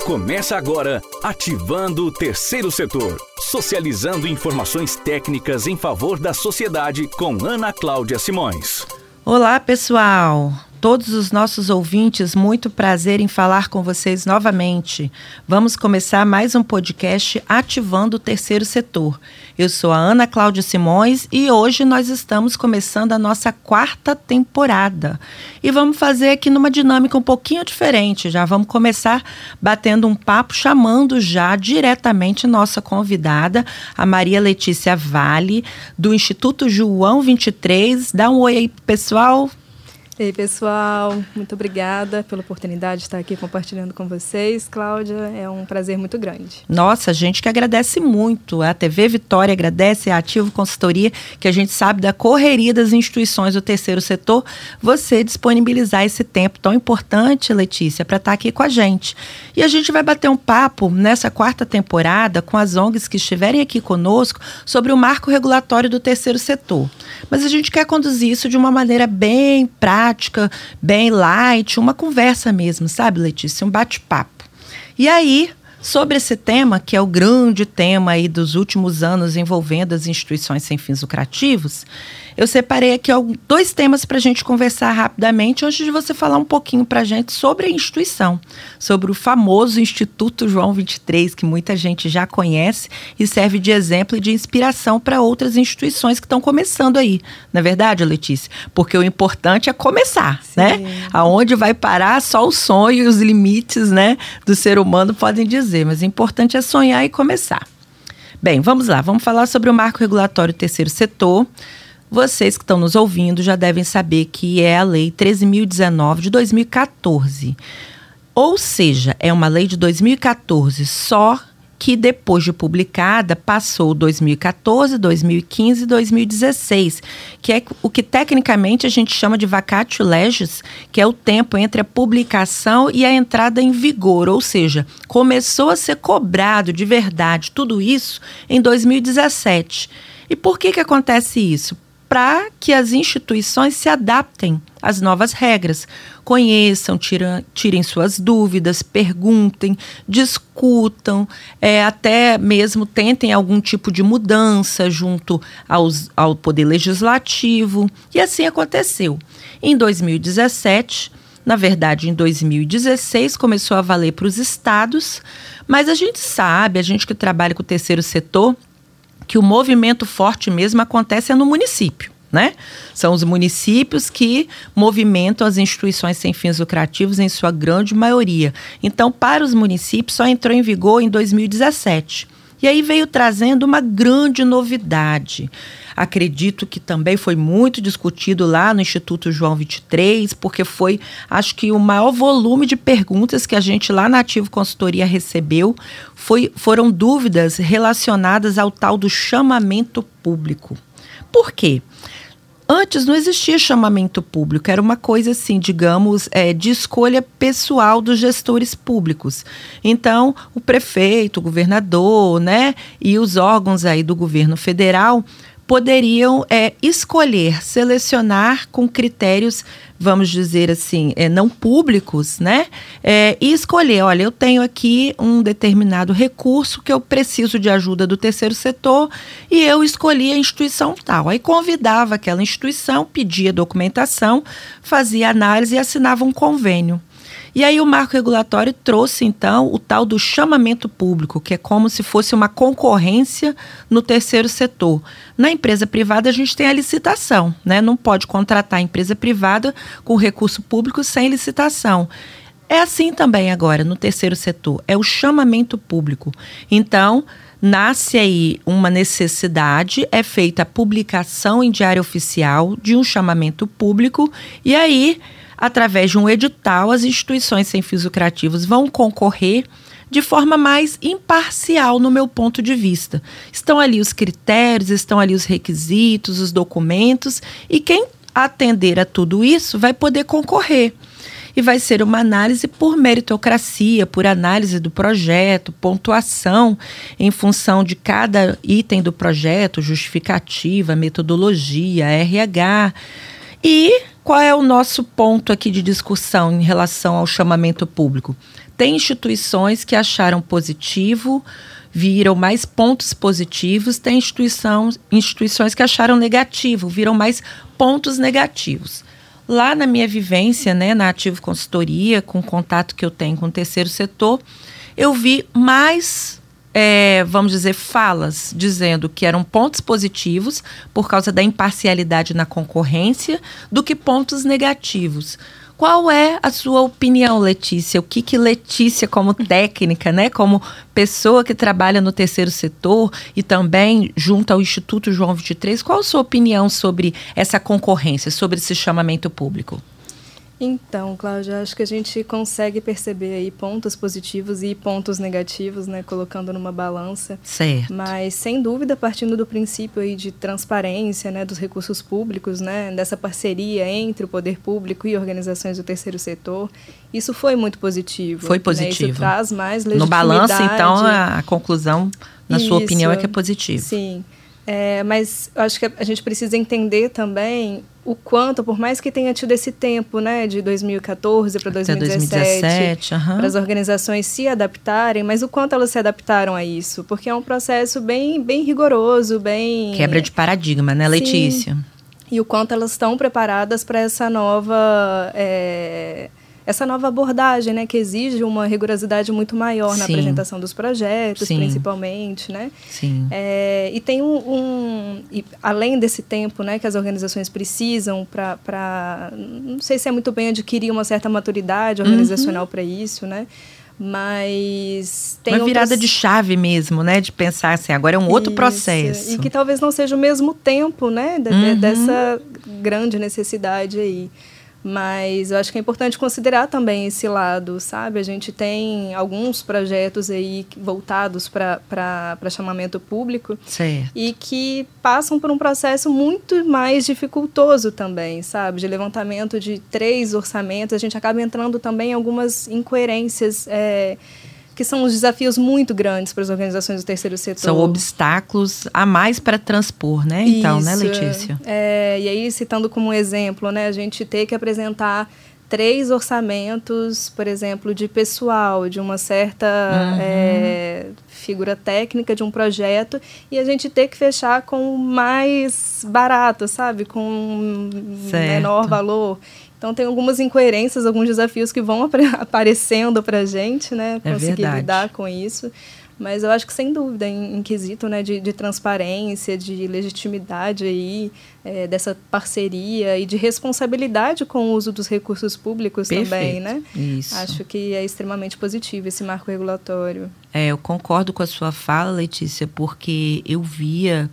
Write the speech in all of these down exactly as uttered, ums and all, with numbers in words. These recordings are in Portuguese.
Começa agora, Ativando o Terceiro Setor. Socializando informações técnicas em favor da sociedade com Ana Cláudia Simões. Olá, pessoal! Todos os nossos ouvintes, muito prazer em falar com vocês novamente. Vamos começar mais um podcast Ativando o Terceiro Setor. Eu sou a Ana Cláudia Simões e hoje nós estamos começando a nossa quarta temporada. E vamos fazer aqui numa dinâmica um pouquinho diferente. Já vamos começar batendo um papo, chamando já diretamente nossa convidada, a Maria Letícia Vale, do Instituto João vinte e três. Dá um oi aí, pessoal. Ei, pessoal, muito obrigada pela oportunidade de estar aqui compartilhando com vocês. Cláudia, é um prazer muito grande. Nossa, a gente que agradece muito. A T V Vitória agradece, a Ativo Consultoria, que a gente sabe da correria das instituições do terceiro setor, você disponibilizar esse tempo tão importante, Letícia, para estar aqui com a gente. E a gente vai bater um papo nessa quarta temporada com as O N Gs que estiverem aqui conosco sobre o marco regulatório do terceiro setor. Mas a gente quer conduzir isso de uma maneira bem prática, prática, bem light, uma conversa mesmo, sabe, Letícia? Um bate-papo. E aí, sobre esse tema, que é o grande tema aí dos últimos anos envolvendo as instituições sem fins lucrativos, eu separei aqui dois temas para a gente conversar rapidamente, antes de você falar um pouquinho para a gente sobre a instituição, sobre o famoso Instituto João vinte e três, que muita gente já conhece e serve de exemplo e de inspiração para outras instituições que estão começando aí. Não é verdade, Letícia? Porque o importante é começar, Sim. né? Aonde vai parar, só o sonho e os limites, né, do ser humano podem dizer, mas o importante é sonhar e começar. Bem, vamos lá, vamos falar sobre o marco regulatório do terceiro setor. Vocês que estão nos ouvindo já devem saber que é a Lei treze mil e dezenove de dois mil e catorze. Ou seja, é uma lei de dois mil e catorze, só que depois de publicada passou dois mil e catorze, dois mil e quinze e dois mil e dezesseis, que é o que tecnicamente a gente chama de vacatio legis, que é o tempo entre a publicação e a entrada em vigor, ou seja, começou a ser cobrado de verdade tudo isso em dois mil e dezessete. E por que que acontece isso? Para que as instituições se adaptem às novas regras, conheçam, tiram, tirem suas dúvidas, perguntem, discutam, é, até mesmo tentem algum tipo de mudança junto aos, ao Poder Legislativo. E assim aconteceu. Em dois mil e dezessete, na verdade em dois mil e dezesseis, começou a valer para os estados, mas a gente sabe, a gente que trabalha com o terceiro setor, que o movimento forte mesmo acontece no município, né? São os municípios que movimentam as instituições sem fins lucrativos em sua grande maioria. Então, para os municípios, só entrou em vigor em dois mil e dezessete. E aí veio trazendo uma grande novidade. Acredito que também foi muito discutido lá no Instituto João vinte e três, porque foi, acho que o maior volume de perguntas que a gente lá na Ativo Consultoria recebeu foi, foram dúvidas relacionadas ao tal do chamamento público. Por quê? Antes não existia chamamento público, era uma coisa assim, digamos, é, de escolha pessoal dos gestores públicos. Então, o prefeito, o governador, né, e os órgãos aí do governo federal poderiam é, escolher, selecionar com critérios, vamos dizer assim, é, não públicos, né? É, e escolher, olha, eu tenho aqui um determinado recurso que eu preciso de ajuda do terceiro setor e eu escolhi a instituição tal. Aí convidava aquela instituição, pedia documentação, fazia análise e assinava um convênio. E aí o marco regulatório trouxe, então, o tal do chamamento público, que é como se fosse uma concorrência no terceiro setor. Na empresa privada, a gente tem a licitação, né? Não pode contratar a empresa privada com recurso público sem licitação. É assim também agora, no terceiro setor, é o chamamento público. Então, nasce aí uma necessidade, é feita a publicação em diário oficial de um chamamento público e aí, através de um edital, as instituições sem fins lucrativos vão concorrer de forma mais imparcial, no meu ponto de vista. Estão ali os critérios, estão ali os requisitos, os documentos, e quem atender a tudo isso vai poder concorrer. E vai ser uma análise por meritocracia, por análise do projeto, pontuação em função de cada item do projeto, justificativa, metodologia, R H. E qual é o nosso ponto aqui de discussão em relação ao chamamento público? tem instituições que acharam positivo, viram mais pontos positivos, tem instituição, instituições que acharam negativo, viram mais pontos negativos. Lá na minha vivência, né, na Ativo Consultoria, com o contato que eu tenho com o terceiro setor, eu vi mais, é, vamos dizer, falas dizendo que eram pontos positivos por causa da imparcialidade na concorrência do que pontos negativos. Qual é a sua opinião, Letícia? O que que Letícia, como técnica, né, como pessoa que trabalha no terceiro setor e também junto ao Instituto João vinte e três, qual a sua opinião sobre essa concorrência, sobre esse chamamento público? Então, Cláudia, acho que a gente consegue perceber aí pontos positivos e pontos negativos, né, colocando numa balança. Certo. Mas, sem dúvida, partindo do princípio aí de transparência, né, dos recursos públicos, né, dessa parceria entre o poder público e organizações do terceiro setor, isso foi muito positivo. Foi positivo. Né? Isso traz mais legitimidade. No balanço, então, a, a conclusão, na sua Isso, opinião, é que é positivo. Sim. É, mas eu acho que a gente precisa entender também o quanto, por mais que tenha tido esse tempo, né, de dois mil e quatorze para dois mil e dezessete, uhum. para as organizações se adaptarem, mas o quanto elas se adaptaram a isso, porque é um processo bem, bem rigoroso, bem... Quebra de paradigma, né, Letícia? Sim. E o quanto elas estão preparadas para essa nova... É... essa nova abordagem, né, que exige uma rigorosidade muito maior na Sim. apresentação dos projetos, Sim. principalmente, né? Sim. É, e tem um, um e além desse tempo, né, que as organizações precisam para, não sei se é muito bem adquirir uma certa maturidade organizacional uhum. para isso, né? Mas tem uma virada outras... de chave mesmo, né? De pensar assim, agora é um outro isso. processo. E que talvez não seja o mesmo tempo, né? De, uhum. dessa grande necessidade aí. Mas eu acho que é importante considerar também esse lado, sabe? A gente tem alguns projetos aí voltados para chamamento público certo. E que passam por um processo muito mais dificultoso também, sabe? De levantamento de três orçamentos, a gente acaba entrando também em algumas incoerências, é, que são os desafios muito grandes para as organizações do terceiro setor. São obstáculos a mais para transpor, né? Então, Isso, né, Letícia? É, e aí, citando como exemplo, né, a gente ter que apresentar três orçamentos, por exemplo, de pessoal, de uma certa uhum. é, figura técnica de um projeto, e a gente ter que fechar com o mais barato, sabe? Com um menor valor. Então, tem algumas incoerências, alguns desafios que vão ap aparecendo para a gente, né? Conseguir é lidar com isso. Mas eu acho que, sem dúvida, em, em quesito, né, de, de transparência, de legitimidade aí, é, dessa parceria e de responsabilidade com o uso dos recursos públicos Perfeito. Também, né? Isso. Acho que é extremamente positivo esse marco regulatório. É, eu concordo com a sua fala, Letícia, porque eu via...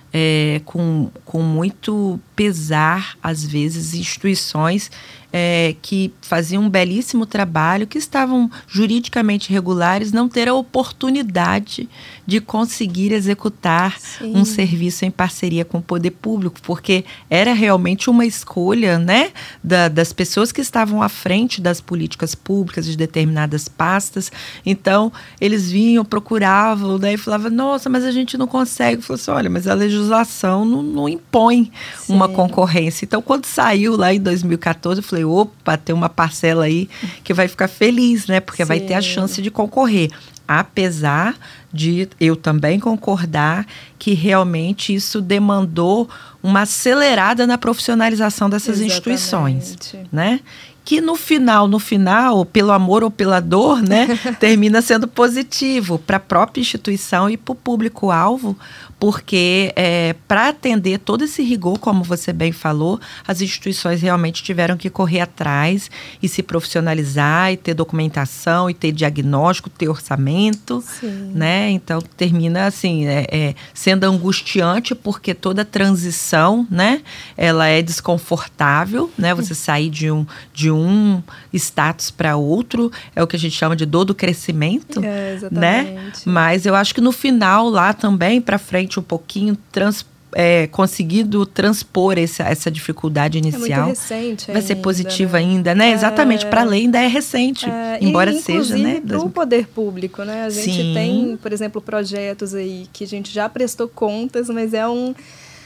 É, com, com muito pesar, às vezes, instituições é, que faziam um belíssimo trabalho, que estavam juridicamente regulares, não ter a oportunidade de conseguir executar Sim. um serviço em parceria com o poder público, porque era realmente uma escolha, né, da, das pessoas que estavam à frente das políticas públicas de determinadas pastas. Então, eles vinham, procuravam, né, e falavam, nossa, mas a gente não consegue. Eu falei assim, olha, mas a legislação não, não impõe Sim. uma concorrência. Então, quando saiu lá em dois mil e quatorze, eu falei, opa, tem uma parcela aí que vai ficar feliz, né? Porque Sim. vai ter a chance de concorrer. Apesar de eu também concordar que realmente isso demandou uma acelerada na profissionalização dessas Exatamente. Instituições, né? Que no final, no final, pelo amor ou pela dor, né, termina sendo positivo para a própria instituição e para o público-alvo, porque é, para atender todo esse rigor, como você bem falou, as instituições realmente tiveram que correr atrás e se profissionalizar e ter documentação e ter diagnóstico, ter orçamento, Sim. né? Então termina assim, é, é, sendo angustiante, porque toda transição, né, ela é desconfortável, né? Você sair de um de um status para outro, é o que a gente chama de dor do crescimento, é, exatamente. Né? Mas eu acho que no final, lá também, para frente um pouquinho, trans, é, conseguido transpor essa, essa dificuldade inicial. É muito recente Vai ser ainda, positivo né? ainda, né? É, Exatamente, para a lei ainda é recente, é, embora e, seja, né? para o poder público, né? A gente Sim. tem, por exemplo, projetos aí que a gente já prestou contas, mas é um...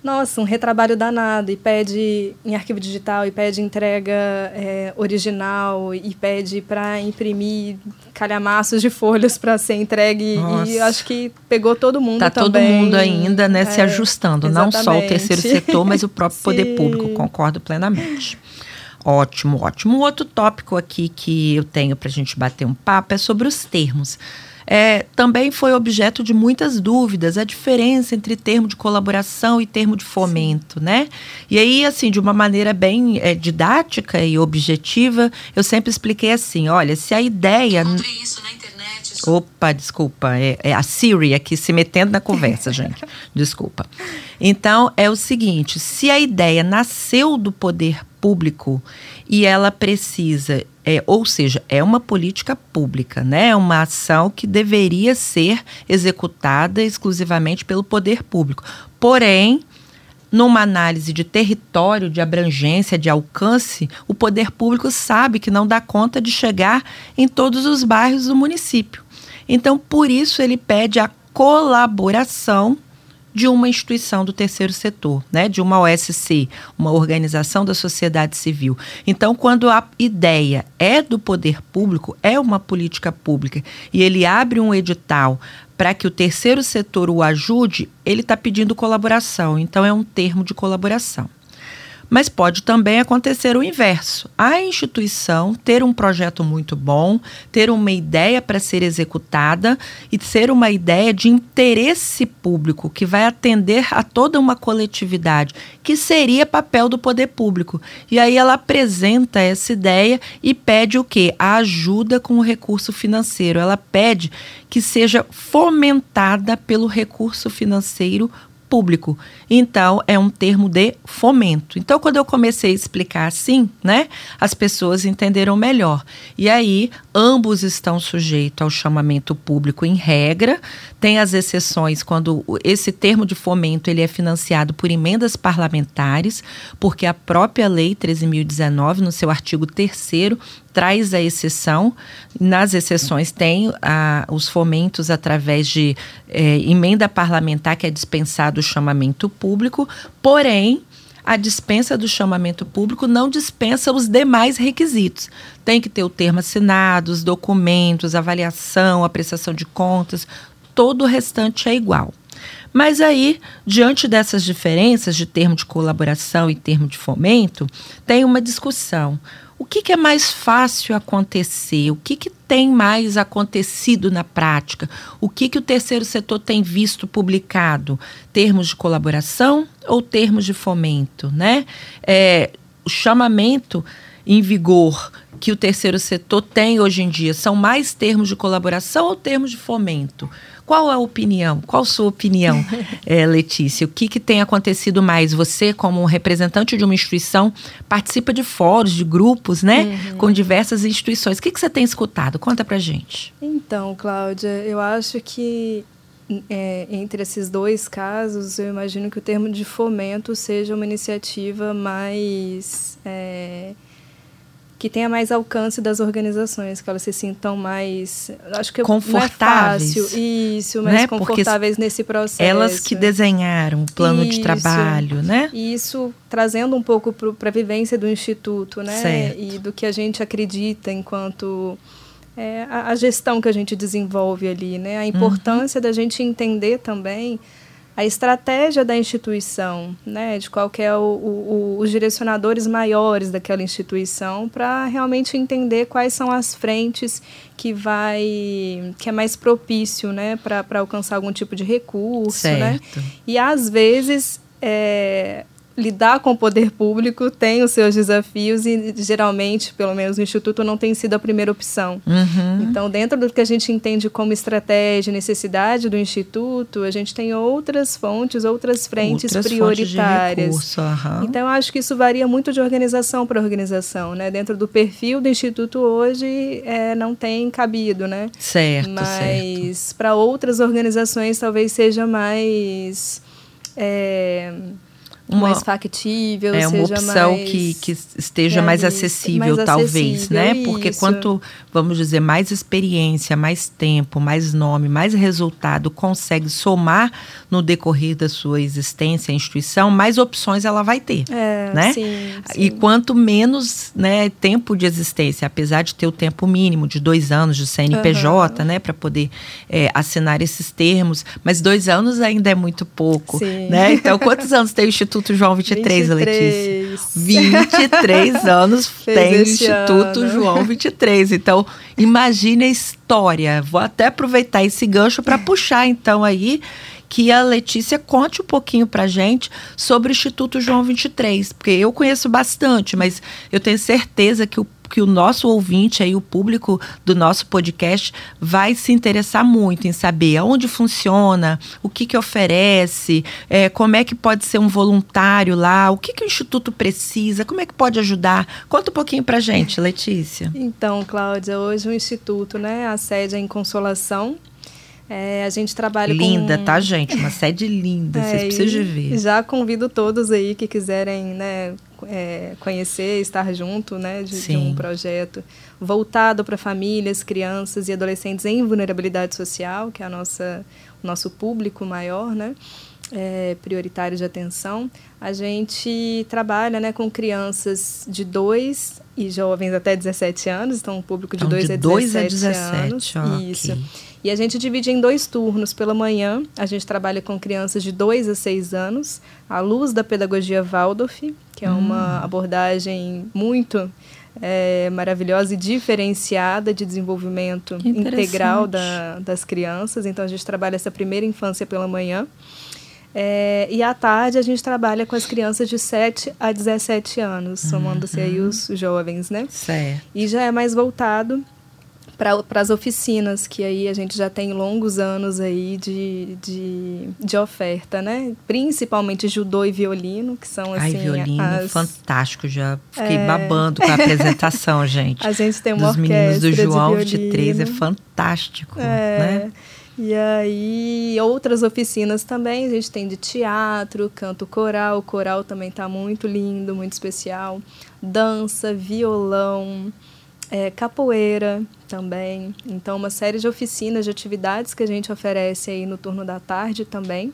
nossa, um retrabalho danado e pede em arquivo digital, e pede entrega é, original, e pede para imprimir calhamaços de folhas para ser entregue. Nossa. E acho que pegou todo mundo tá também. Tá todo mundo ainda, né, é, se ajustando. Exatamente. Não só o terceiro setor, mas o próprio poder público. Concordo plenamente. Ótimo, ótimo. Um outro tópico aqui que eu tenho para a gente bater um papo é sobre os termos. É, também foi objeto de muitas dúvidas a diferença entre termo de colaboração e termo de fomento, Sim. né? E aí, assim, de uma maneira bem é, didática e objetiva, eu sempre expliquei assim, olha, se a ideia... Encontrei isso na internet. Opa, desculpa, é, é a Siri aqui se metendo na conversa, gente. Desculpa. Então, é o seguinte, se a ideia nasceu do poder público e ela precisa... É, ou seja, é uma política pública, né? É uma ação que deveria ser executada exclusivamente pelo poder público. Porém, numa análise de território, de abrangência, de alcance, o poder público sabe que não dá conta de chegar em todos os bairros do município. Então, por isso, ele pede a colaboração de uma instituição do terceiro setor, né, de uma O S C, uma organização da sociedade civil. Então, quando a ideia é do poder público, é uma política pública, e ele abre um edital para que o terceiro setor o ajude, ele está pedindo colaboração. Então, é um termo de colaboração. Mas pode também acontecer o inverso. A instituição ter um projeto muito bom, ter uma ideia para ser executada e ser uma ideia de interesse público que vai atender a toda uma coletividade, que seria papel do poder público. E aí ela apresenta essa ideia e pede o quê? A ajuda com o recurso financeiro. Ela pede que seja fomentada pelo recurso financeiro público. Então, é um termo de fomento. Então, quando eu comecei a explicar assim, né, as pessoas entenderam melhor. E aí, ambos estão sujeitos ao chamamento público em regra. Tem as exceções quando esse termo de fomento ele é financiado por emendas parlamentares, porque a própria Lei treze mil e dezenove, no seu artigo terceiro, traz a exceção. Nas exceções tem a, os fomentos através de é, emenda parlamentar, que é dispensado o chamamento público, porém, a dispensa do chamamento público não dispensa os demais requisitos. Tem que ter o termo assinado, os documentos, avaliação, a prestação de contas, todo o restante é igual. Mas aí, diante dessas diferenças de termo de colaboração e termo de fomento, tem uma discussão. O que, que é mais fácil acontecer? O que, que tem mais acontecido na prática? O que, que o terceiro setor tem visto publicado? Termos de colaboração ou termos de fomento, né? É, o chamamento em vigor que o terceiro setor tem hoje em dia são mais termos de colaboração ou termos de fomento? Qual a opinião? Qual a sua opinião, é, Letícia? O que, que tem acontecido mais? Você, como representante de uma instituição, participa de fóruns, de grupos, né? Uhum. Com diversas instituições. O que, que você tem escutado? Conta pra gente. Então, Cláudia, eu acho que é, entre esses dois casos, eu imagino que o termo de fomento seja uma iniciativa mais... É, que tenha mais alcance das organizações, que elas se sintam mais, acho que confortáveis, não é fácil, isso, mais né? confortáveis Porque nesse processo. Elas que desenharam o plano isso, de trabalho, né? Isso trazendo um pouco para a vivência do Instituto, né? Certo. E do que a gente acredita enquanto é, a, a gestão que a gente desenvolve ali, né? A importância uhum. da gente entender também a estratégia da instituição, né, de qual que é o, o, os direcionadores maiores daquela instituição, para realmente entender quais são as frentes que vai que é mais propício, né, para alcançar algum tipo de recurso, certo. né? E às vezes é, lidar com o poder público tem os seus desafios e geralmente, pelo menos no Instituto, não tem sido a primeira opção. Uhum. Então, dentro do que a gente entende como estratégia e necessidade do Instituto, a gente tem outras fontes, outras frentes outras prioritárias. Fontes de recurso, uhum. Então, eu acho que isso varia muito de organização para organização, né? Dentro do perfil do Instituto hoje é, não tem cabido, né? Certo, Mas para outras organizações talvez seja mais... É, uma, mais factível, é uma seja opção mais que, que esteja mais acessível, mais talvez, acessível, né? isso. Porque quanto, vamos dizer, mais experiência, mais tempo, mais nome, mais resultado consegue somar no decorrer da sua existência, a instituição, mais opções ela vai ter, é, né? Sim, sim. E quanto menos, né, tempo de existência, apesar de ter o tempo mínimo de dois anos de C N P J, uhum. né, para poder é, assinar esses termos, mas dois anos ainda é muito pouco, sim. né? Então, quantos anos tem o Instituto João vinte e três, vinte e três. Letícia? vinte e três anos tem o Instituto ano. João vinte e três. Então, imagine a história. Vou até aproveitar esse gancho para puxar, então, aí, que a Letícia conte um pouquinho pra gente sobre o Instituto João vinte e três, porque eu conheço bastante, mas eu tenho certeza que o que o nosso ouvinte, aí, o público do nosso podcast, vai se interessar muito em saber aonde funciona, o que que oferece, é, como é que pode ser um voluntário lá, o que que o Instituto precisa, como é que pode ajudar. Conta um pouquinho pra gente, Letícia. Então, Cláudia, hoje o Instituto, né, a sede é em Consolação. É, a gente trabalha linda, com... tá, gente? Uma sede linda, é, vocês precisam de ver. Já convido todos aí que quiserem, né, é, conhecer, estar junto, né, de, de um projeto voltado para famílias, crianças e adolescentes em vulnerabilidade social, que é a nossa, o nosso público maior, né, é, prioritário de atenção. A gente trabalha, né, com crianças de dois e jovens até dezessete anos, então um público de dois a dezessete anos. Okay. Isso. E a gente divide em dois turnos. Pela manhã, a gente trabalha com crianças de dois a seis anos, à luz da pedagogia Waldorf, que é uma hum. abordagem muito é, maravilhosa e diferenciada de desenvolvimento integral da, das crianças. Então, a gente trabalha essa primeira infância pela manhã. É, e à tarde, a gente trabalha com as crianças de sete a dezessete anos, uhum. somando-se aí os jovens, né? Certo. E já é mais voltado para as oficinas, que aí a gente já tem longos anos aí de, de, de oferta, né? Principalmente judô e violino, que são assim... Ai, violino, as... fantástico, já fiquei é... babando com a apresentação, gente. A gente tem uma dos meninos do João vinte e três, é fantástico, é... né? E aí, outras oficinas também, a gente tem de teatro, canto coral, o coral também está muito lindo, muito especial, dança, violão... É, capoeira também, então uma série de oficinas, de atividades que a gente oferece aí no turno da tarde também,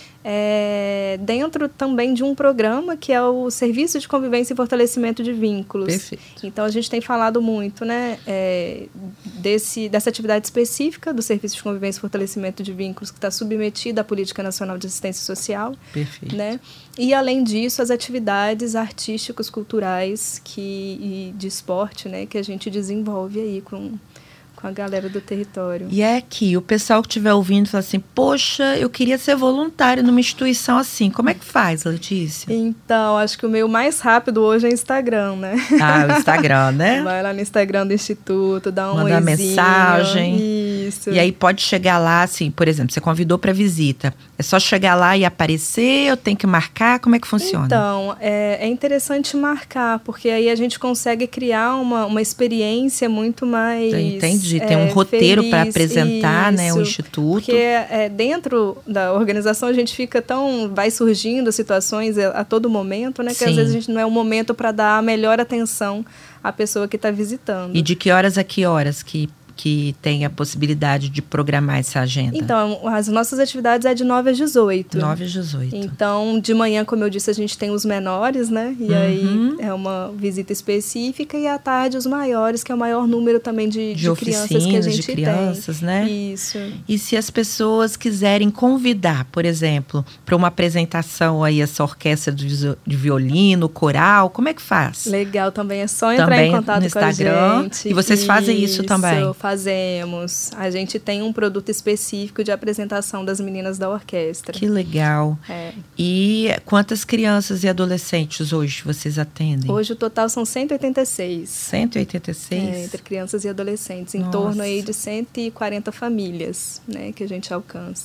é, dentro também de um programa que é o Serviço de Convivência e Fortalecimento de Vínculos. Perfeito. Então a gente tem falado muito, né, é, desse, dessa atividade específica do Serviço de Convivência e Fortalecimento de Vínculos, que está submetida à Política Nacional de Assistência Social. Perfeito. Né? E, além disso, as atividades artísticos, culturais que, e de esporte, né, que a gente desenvolve aí com, com a galera do território. E é aqui, o pessoal que estiver ouvindo fala assim, poxa, eu queria ser voluntário numa instituição assim. Como é que faz, Letícia? Então, acho que o meio mais rápido hoje é o Instagram, né? Ah, o Instagram, né? Vai lá no Instagram do Instituto, dá um Manda oizinho. mensagem. Isso. E aí pode chegar lá, assim, por exemplo, você convidou para visita. É só chegar lá e aparecer, eu tenho que marcar? Como é que funciona? Então, é, é interessante marcar, porque aí a gente consegue criar uma, uma experiência muito mais... Entendi, é, tem um roteiro para apresentar, isso, né, o Instituto. Porque é, dentro da organização a gente fica tão... Vai surgindo situações a, a todo momento, né? Que Sim. às vezes a gente não é o momento para dar a melhor atenção à pessoa que está visitando. E de que horas a que horas que... que tem a possibilidade de programar essa agenda? Então, as nossas atividades é de nove às dezoito. nove às dezoito. Então, de manhã, como eu disse, a gente tem os menores, né? E uhum. aí é uma visita específica. E à tarde, os maiores, que é o maior número também de, de, de crianças que a gente de crianças, tem. né? Isso. E se as pessoas quiserem convidar, por exemplo, para uma apresentação aí, essa orquestra de, de violino, coral, como é que faz? Legal, também é só entrar também em contato no com Instagram. a gente. E vocês isso, fazem isso também? Fazemos. A gente tem um produto específico de apresentação das meninas da orquestra. Que legal. É. E quantas crianças e adolescentes hoje vocês atendem? Hoje o total são cento e oitenta e seis. cento e oitenta e seis? É, entre crianças e adolescentes. Em Nossa. torno aí de cento e quarenta famílias, né, que a gente alcança.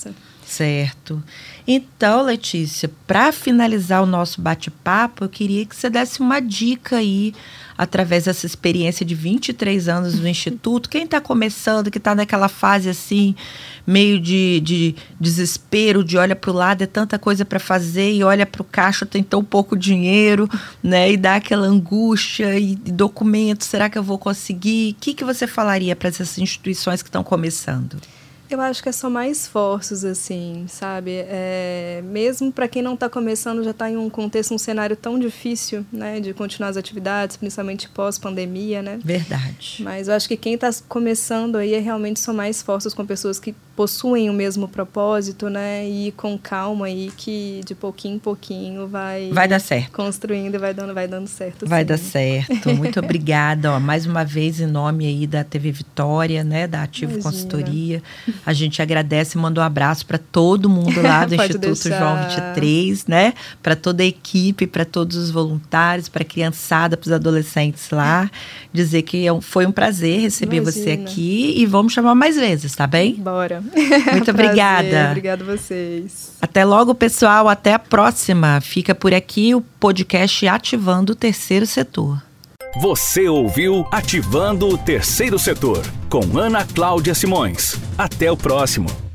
Certo. Então, Letícia, para finalizar o nosso bate-papo, eu queria que você desse uma dica aí, através dessa experiência de vinte e três anos no Instituto. Quem está começando, que está naquela fase assim, meio de, de desespero, de olha para o lado, é tanta coisa para fazer, e olha para o caixa, tem tão pouco dinheiro, né? E dá aquela angústia, e, e documentos, será que eu vou conseguir? O que, que você falaria para essas instituições que estão começando? Eu acho que é somar esforços, assim, sabe? É, mesmo para quem não está começando, já está em um contexto, um cenário tão difícil, né? De continuar as atividades, principalmente pós-pandemia, né? Verdade. Mas eu acho que quem está começando aí é realmente somar esforços com pessoas que possuem o mesmo propósito, né? E ir com calma aí, que de pouquinho em pouquinho vai... Vai dar certo. Construindo e vai dando, vai dando certo. Vai sim. dar certo. Muito obrigada. Ó, mais uma vez, em nome aí da T V Vitória, né? Da Ativo Imagina. Consultoria. A gente agradece e manda um abraço para todo mundo lá do Instituto deixar. João vinte e três, né? Para toda a equipe, para todos os voluntários, para a criançada, para os adolescentes lá. Dizer que foi um prazer receber Imagina. você aqui e vamos chamar mais vezes, tá bem? Bora. Muito obrigada. Obrigada a vocês. Até logo, pessoal. Até a próxima. Fica por aqui o podcast Ativando o Terceiro Setor. Você ouviu Ativando o Terceiro Setor, com Ana Cláudia Simões. Até o próximo.